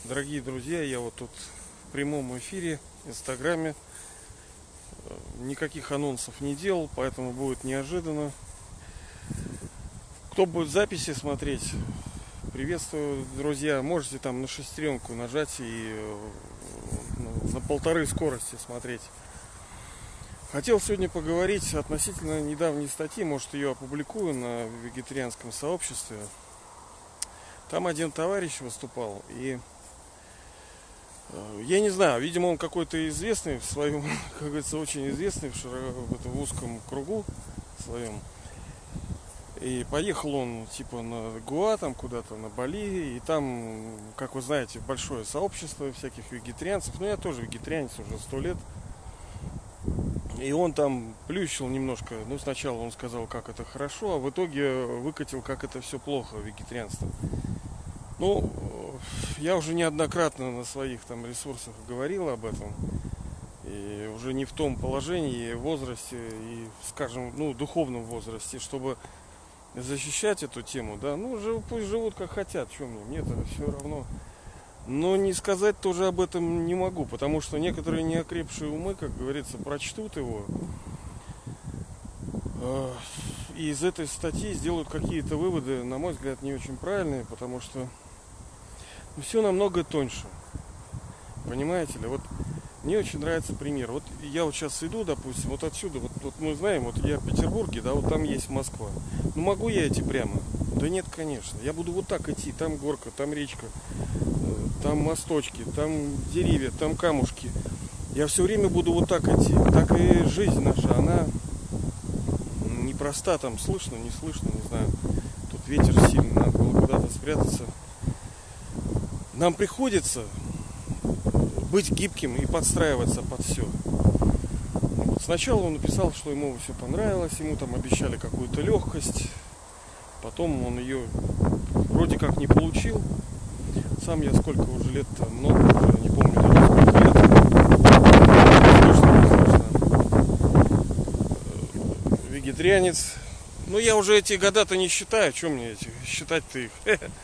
Дорогие друзья, я вот тут в прямом эфире, в Инстаграме. Никаких анонсов не делал, поэтому будет неожиданно. Кто будет записи смотреть, приветствую, друзья. Можете там на шестеренку нажать и на 1,5 скорости смотреть. Хотел сегодня поговорить относительно недавней статьи, может, ее опубликую на вегетарианском сообществе. Там один товарищ выступал, и я не знаю, видимо, он какой-то известный в своем, как говорится, очень известный в узком кругу своем. И поехал он типа на Гоа, там куда-то на Бали, и там, как вы знаете, большое сообщество всяких вегетарианцев. Ну, я тоже вегетарианец уже 100 лет. И он там плющил немножко. Ну, сначала он сказал, как это хорошо, а в итоге выкатил, как это все плохо, вегетарианство. Ну, я уже неоднократно на своих там ресурсах говорил об этом. И уже не в том положении, возрасте и, скажем, духовном возрасте, чтобы защищать эту тему, да. Ну, пусть живут как хотят, что мне-то все равно. Но не сказать тоже об этом не могу, потому что некоторые неокрепшие умы, как говорится, прочтут его и из этой статьи сделают какие-то выводы, на мой взгляд, не очень правильные, потому что все намного тоньше. Понимаете ли? Вот мне очень нравится пример. Вот я вот сейчас иду, допустим, вот отсюда, вот мы знаем, вот я в Петербурге, да, вот там есть Москва. Ну, могу я идти прямо? Да нет, конечно. Я буду вот так идти. Там горка, там речка, там мосточки, там деревья, там камушки. Я все время буду вот так идти. Так и жизнь наша, она непроста. Там слышно, не слышно, не знаю. Тут ветер сильный, надо было куда-то спрятаться. Нам приходится быть гибким и подстраиваться под все. Вот сначала он написал, что ему все понравилось, ему там обещали какую-то легкость. Потом он ее вроде как не получил. Сам я сколько уже лет-то, много уже, не помню, сколько лет. Вегетарианец. Ну, я уже эти года-то не считаю. Чем мне эти? Считать-то их.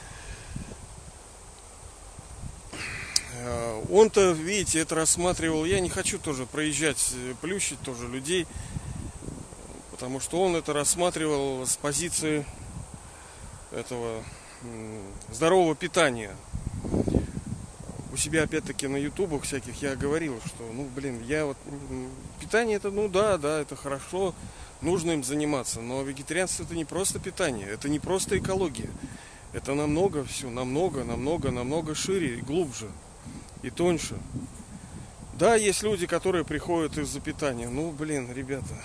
Он-то, видите, это рассматривал. Я не хочу тоже проезжать, плющить тоже людей. Потому что он это рассматривал с позиции этого здорового питания. У себя опять-таки на ютубах всяких я говорил, что, я вот питание это, да, это хорошо, нужно им заниматься, но вегетарианство это не просто питание, это не просто экология, это намного шире и глубже и тоньше. Да, есть люди, которые приходят из-за питания, ребята,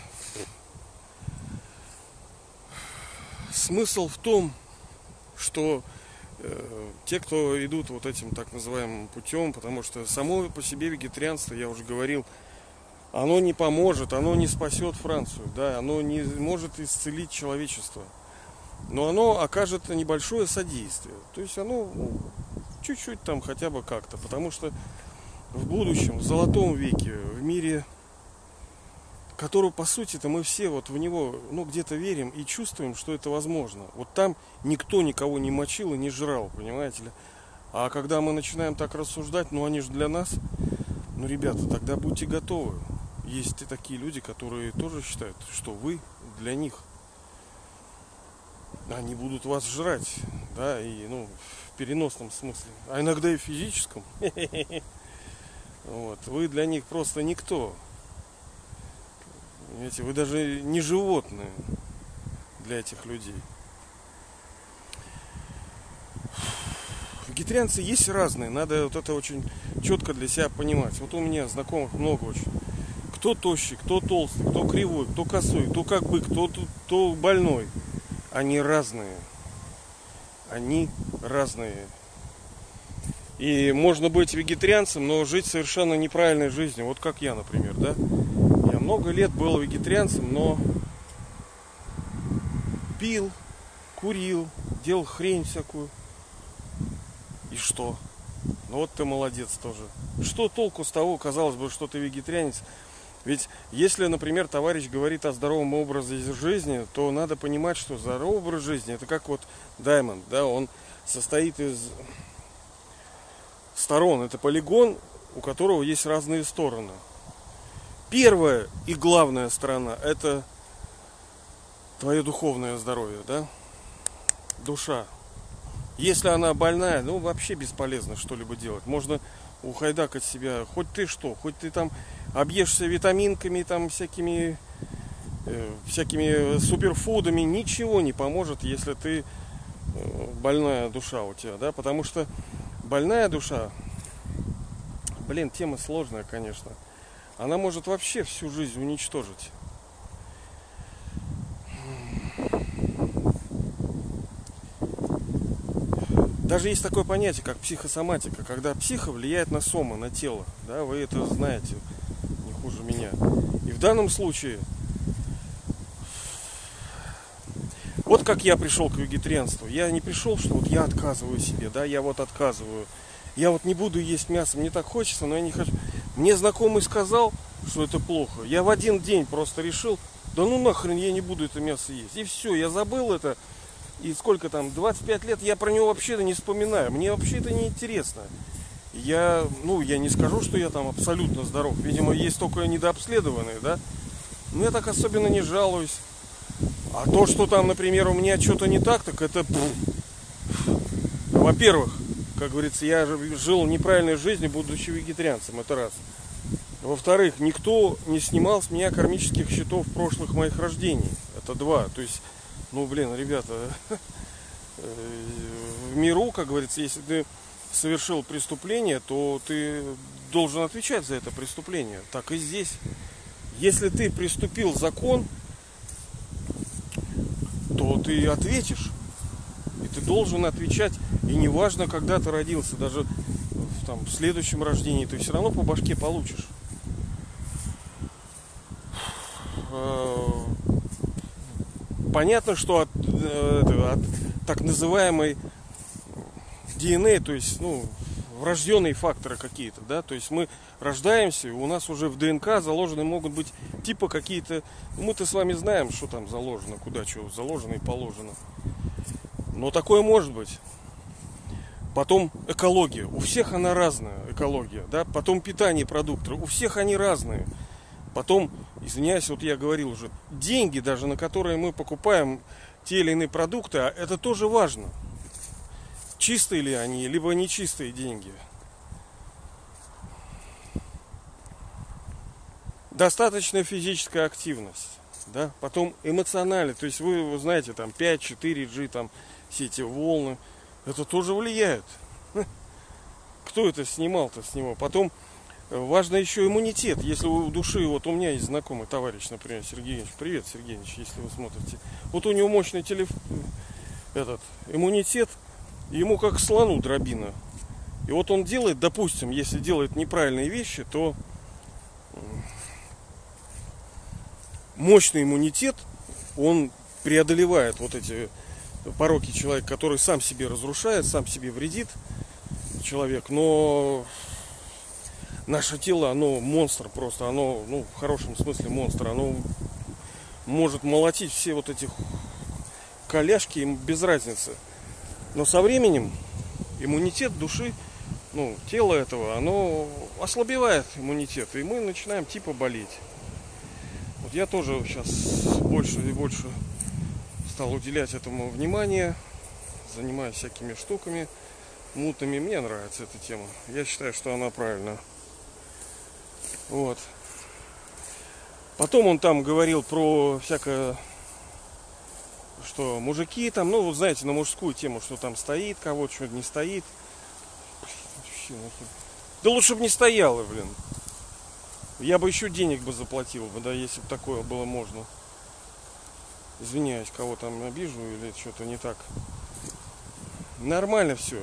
смысл в том, что те, кто идут вот этим так называемым путем, потому что само по себе вегетарианство, я уже говорил, оно не поможет, оно не спасет Францию, да, оно не может исцелить человечество, но оно окажет небольшое содействие, то есть оно чуть-чуть там хотя бы как-то, потому что в будущем, в золотом веке, в мире, который, по сути-то, мы все вот в него, где-то верим и чувствуем, что это возможно. Вот там никто никого не мочил и не жрал, понимаете ли. А когда мы начинаем так рассуждать, они же для нас, ребята, тогда будьте готовы. Есть и такие люди, которые тоже считают, что вы для них. Они будут вас жрать, да, и, в переносном смысле, а иногда и в физическом. Вот, вы для них просто никто. Понимаете, вы даже не животные для этих людей. Вегетарианцы есть разные, надо вот это очень четко для себя понимать. Вот у меня знакомых много очень. Кто тощий, кто толстый, кто кривой, кто косой, кто как бык, кто больной. Они разные. Они разные. И можно быть вегетарианцем, но жить совершенно неправильной жизнью. Вот как я, например, да. Я много лет был вегетарианцем, но пил, курил, делал хрень всякую. И что? Вот ты молодец тоже. Что толку с того, казалось бы, что ты вегетарианец? Ведь если, например, товарищ говорит о здоровом образе жизни, то надо понимать, что здоровый образ жизни, это как вот Даймонд, да, он состоит из сторон. Это полигон, у которого есть разные стороны. Первая и главная сторона – это твое духовное здоровье, да? Душа. Если она больная, ну вообще бесполезно что-либо делать. Можно ухайдакать себя, хоть ты что, хоть ты там объешься витаминками, там всякими суперфудами, ничего не поможет, если ты больная душа у тебя, да? Потому что больная душа, блин, тема сложная, конечно. Она может вообще всю жизнь уничтожить. Даже есть такое понятие, как психосоматика, когда психа влияет на сома, на тело. Да, вы это знаете не хуже меня. И в данном случае, вот как я пришел к вегетарианству. Я не пришел, что вот я отказываю себе, да, я вот отказываю. Я вот не буду есть мясо, мне так хочется, но я не хочу. Мне знакомый сказал, что это плохо. Я в один день просто решил, да ну нахрен, я не буду это мясо есть. И все, я забыл это. И сколько там, 25 лет, я про него вообще-то не вспоминаю. Мне вообще это не интересно. Я не скажу, что я там абсолютно здоров. Видимо, есть только недообследованные, да. Но я так особенно не жалуюсь. А то, что там, например, у меня что-то не так, так это... Во-первых, как говорится, я жил неправильной жизнью, будучи вегетарианцем, это раз. Во-вторых, никто не снимал с меня кармических счетов прошлых моих рождений. Это два. То есть, ребята, в миру, как говорится, если ты совершил преступление, то ты должен отвечать за это преступление. Так и здесь. Если ты приступил закон, то ты ответишь. И ты должен отвечать. И неважно, когда ты родился, даже в следующем рождении, ты все равно по башке получишь. Понятно, что от так называемой ДНК, то есть, врожденные факторы какие-то, да, то есть мы рождаемся, и у нас уже в ДНК заложены могут быть типа какие-то, мы-то с вами знаем, что там заложено, куда что заложено и положено. Но такое может быть. Потом экология. У всех она разная, экология, да. Потом питание продуктов. У всех они разные. Потом, извиняюсь, вот я говорил уже, деньги даже, на которые мы покупаем те или иные продукты, это тоже важно. Чистые ли они, либо нечистые деньги. Достаточная физическая активность. Да? Потом эмоционально. То есть вы знаете, там 5, 4G, там все эти волны. Это тоже влияет. Кто это снимал-то с него? Потом важно еще иммунитет. Если у души, вот у меня есть знакомый товарищ, например, Сергей Ильич. Привет, Сергей Ильич, если вы смотрите. Вот у него мощный иммунитет, ему как слону дробина. И вот он делает, допустим, если делает неправильные вещи, то мощный иммунитет, он преодолевает вот эти пороки человека, который сам себе разрушает, сам себе вредит человек. Но наше тело, оно монстр просто, оно, в хорошем смысле монстр, оно может молотить все вот эти коляшки, им без разницы. Но со временем иммунитет души, тело этого, оно ослабевает иммунитет, и мы начинаем типа болеть. Вот я тоже сейчас больше и больше стал уделять этому внимание, занимаюсь всякими штуками мутными. Мне нравится эта тема. Я считаю, что она правильная. Вот. Потом он там говорил про всякое, что мужики там, знаете, на мужскую тему, что там стоит, кого что не стоит. Да лучше бы не стояло, блин. Я бы еще денег бы заплатил бы, да, если бы такое было можно. Извиняюсь, кого там обижу или что-то не так. Нормально все.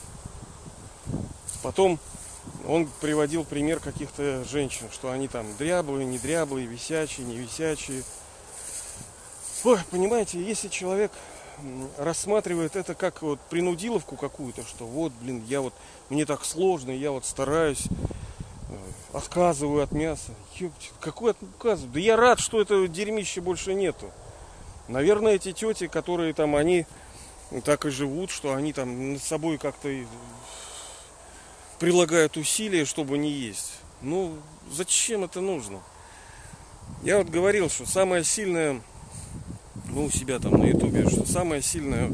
Потом он приводил пример каких-то женщин, что они там дряблые, не дряблые, висячие, не висячие. Ой, понимаете, если человек рассматривает это как вот принудиловку какую-то, что вот, блин, мне так сложно, я вот стараюсь, отказываю от мяса. Ёпти, какой отказываю? Да я рад, что этого дерьмища больше нету. Наверное, эти тети, которые там, они так и живут, что они там над собой как-то прилагают усилия, чтобы не есть. Ну, зачем это нужно? Я вот говорил, что самое сильное, ну, у себя там на ютубе, что самое сильное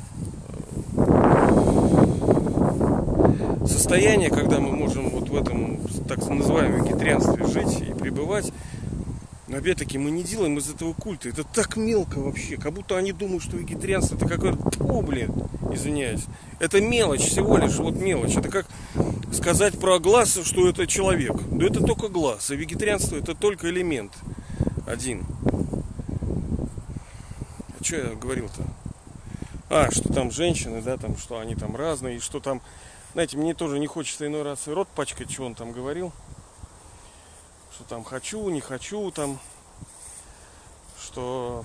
состояние, когда мы можем вот в этом так называемом вегетарианстве жить и пребывать, но опять-таки мы не делаем из этого культа. Это так мелко вообще, как будто они думают, что вегетарианство это какое-то, извиняюсь. Это мелочь всего лишь, вот мелочь. Это как сказать про глаз, что это человек. Да это только глаз, а вегетарианство это только элемент один. А что я говорил-то? Что там женщины, да, там, что они там разные, и что там, знаете, мне тоже не хочется иной раз и рот пачкать, что он там говорил. Что там хочу, не хочу, там, что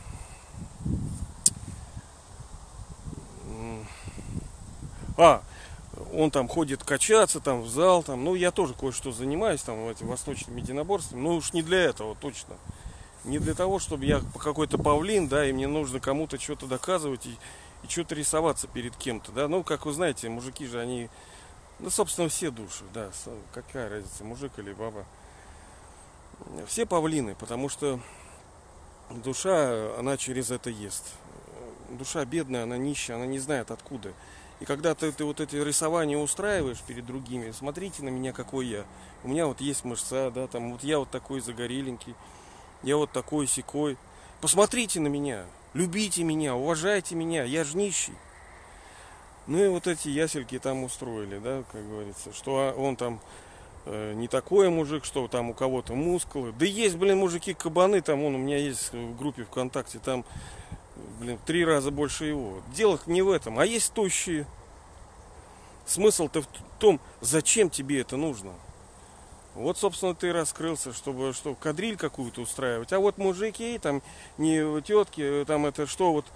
он там ходит качаться там в зал, там, ну я тоже кое-что занимаюсь там этим восточным единоборством, но уж не для этого точно, не для того, чтобы я какой-то павлин, да, и мне нужно кому-то что-то доказывать и что-то рисоваться перед кем-то, да, ну как вы знаете, мужики же они, ну собственно все души, да, какая разница, мужик или баба. Все павлины, потому что душа, она через это ест. Душа бедная, она нищая, она не знает откуда. И когда ты вот эти рисования устраиваешь перед другими, смотрите на меня, какой я. У меня вот есть мышца, да, там вот я вот такой загореленький, я вот такой сякой. Посмотрите на меня, любите меня, уважайте меня, я ж нищий. Ну и вот эти ясельки там устроили, да, как говорится, что он там не такой мужик, что там у кого-то мускулы. Да есть, блин, мужики-кабаны, там у меня есть в группе ВКонтакте, там, блин, 3 раза больше его. Дело не в этом, а есть тощие. Смысл-то в том, зачем тебе это нужно. Вот, собственно, ты раскрылся, чтобы что, кадриль какую-то устраивать. А вот мужики, там, не тетки, там это что вот...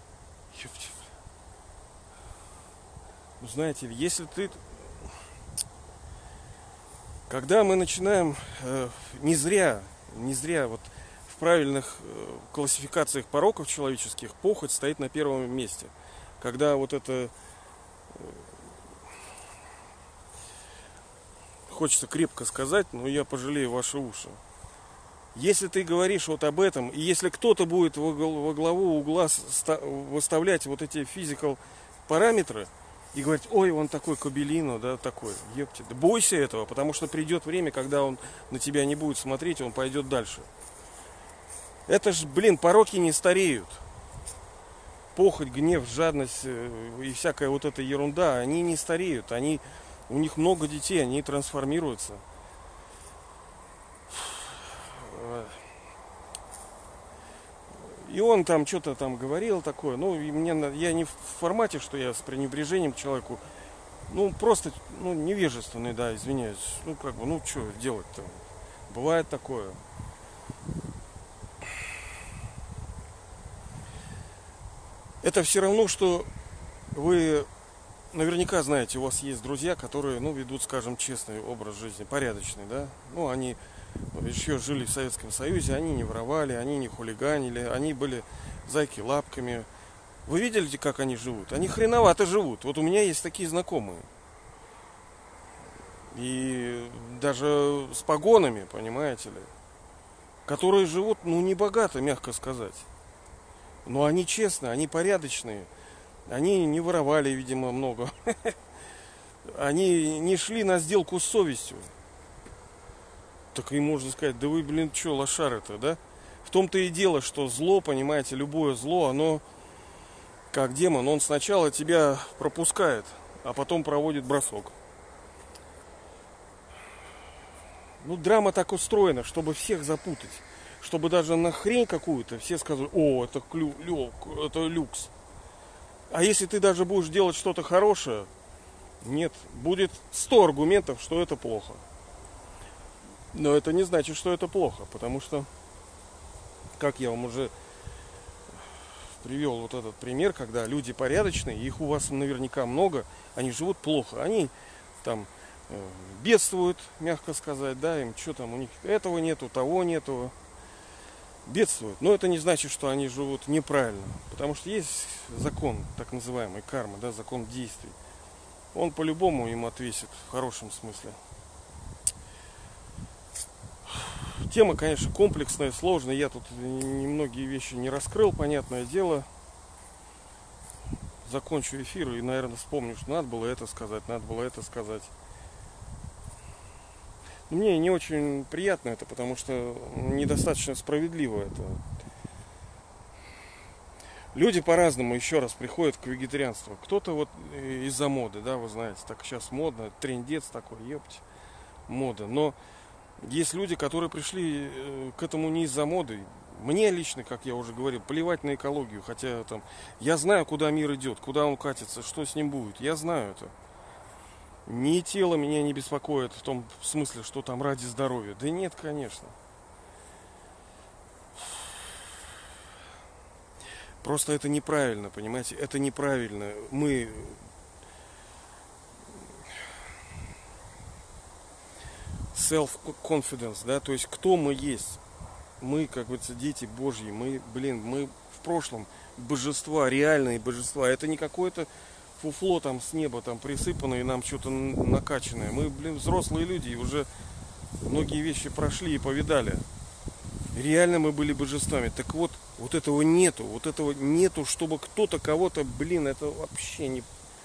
Ну, знаете ли, если ты... Когда мы начинаем не зря вот в правильных классификациях пороков человеческих похоть стоит на первом месте. Когда вот это хочется крепко сказать, но я пожалею ваши уши. Если ты говоришь вот об этом, и если кто-то будет во главу угла выставлять вот эти физикал параметры, и говорить, ой, он такой кобелино, да, такой, епти. Да бойся этого, потому что придет время, когда он на тебя не будет смотреть, он пойдет дальше. Это ж, блин, пороки не стареют. Похоть, гнев, жадность и всякая вот эта ерунда, они не стареют. У них много детей, они трансформируются. И он там что-то там говорил такое. Ну, и я не в формате, что я с пренебрежением к человеку. Ну, просто, ну, невежественный, да, извиняюсь. Ну, как бы, ну, что делать-то? Бывает такое. Это все равно, что вы наверняка знаете, у вас есть друзья, которые, ну, ведут, скажем, честный образ жизни, порядочный, да. Ну, они еще жили в Советском Союзе, они не воровали, они не хулиганили, они были зайки-лапками. Вы видели, как они живут? Они хреновато живут. Вот у меня есть такие знакомые. И даже с погонами, понимаете ли. Которые живут, ну, не богато, мягко сказать. Но они честные, они порядочные. Они не воровали, видимо, много. Они не шли на сделку с совестью. Так и можно сказать, да вы, блин, что, лошары-то, да? В том-то и дело, что зло, понимаете, любое зло, оно, как демон, он сначала тебя пропускает, а потом проводит бросок. Ну, драма так устроена, чтобы всех запутать. Чтобы даже на хрень какую-то все сказали, о, это люкс. А если ты даже будешь делать что-то хорошее, нет, будет 100 аргументов, что это плохо. Но это не значит, что это плохо, потому что, как я вам уже привел вот этот пример, когда люди порядочные, их у вас наверняка много, они живут плохо, они там бедствуют, мягко сказать, да, им что там, у них этого нету, того нету, бедствуют. Но это не значит, что они живут неправильно, потому что есть закон, так называемый карма, да, закон действий. он по-любому им отвесит, в хорошем смысле. Тема, конечно, комплексная, сложная. Я тут немногие вещи не раскрыл, понятное дело. Закончу эфир и, наверное, вспомню, что надо было это сказать, надо было это сказать. Мне не очень приятно это, потому что недостаточно справедливо это. Люди по-разному, еще раз, приходят к вегетарианству. Кто-то вот из-за моды, да, вы знаете, так сейчас модно, трендец такой, ёпть, мода. Но есть люди, которые пришли к этому не из-за моды. Мне лично, как я уже говорил, плевать на экологию. Хотя там я знаю, куда мир идет, куда он катится, что с ним будет. Я знаю это. Ни тело меня не беспокоит в том смысле, что там ради здоровья. Да нет, конечно. Просто это неправильно, понимаете? Это неправильно. Мы... Self-confidence, да? То есть, кто мы есть? Мы, как говорится, дети Божьи. Мы, мы в прошлом божества, реальные божества. Это не какое-то фуфло там с неба там присыпанное и нам что-то накачанное. Мы, взрослые люди и уже многие вещи прошли и повидали. Реально мы были божествами. Так вот, вот этого нету, чтобы кто-то кого-то, это вообще не...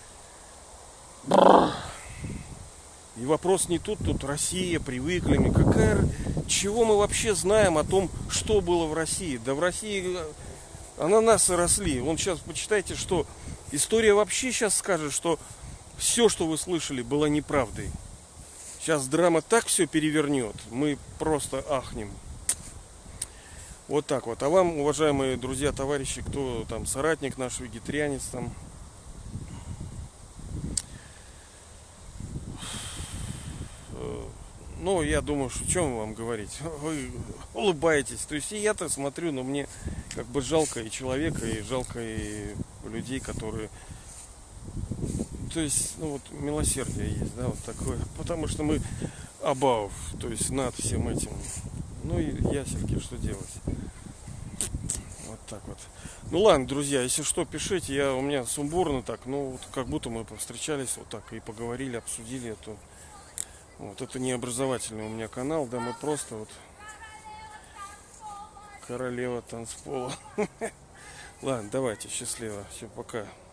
И вопрос не тут Россия, привыкли мы. Чего мы вообще знаем о том, что было в России? Да в России ананасы росли. Вон сейчас почитайте, что история вообще сейчас скажет, что все, что вы слышали, было неправдой. Сейчас драма так все перевернет, мы просто ахнем. Вот так вот. А вам, уважаемые друзья, товарищи, кто там соратник наш, вегетарианец там, ну, я думаю, что чем вам говорить? Вы улыбаетесь. То есть и я-то смотрю, но мне как бы жалко и человека, и жалко и людей, которые... То есть, ну вот милосердие есть, да, вот такое. Потому что мы above, то есть над всем этим. Ну и ясельки, что делать? Вот так вот. Ну ладно, друзья, если что, пишите. У меня сумбурно так, ну вот как будто мы повстречались вот так и поговорили, обсудили эту. Вот это не образовательный у меня канал, да, мы просто вот королева танцпола. Ладно, давайте, счастливо, все, пока.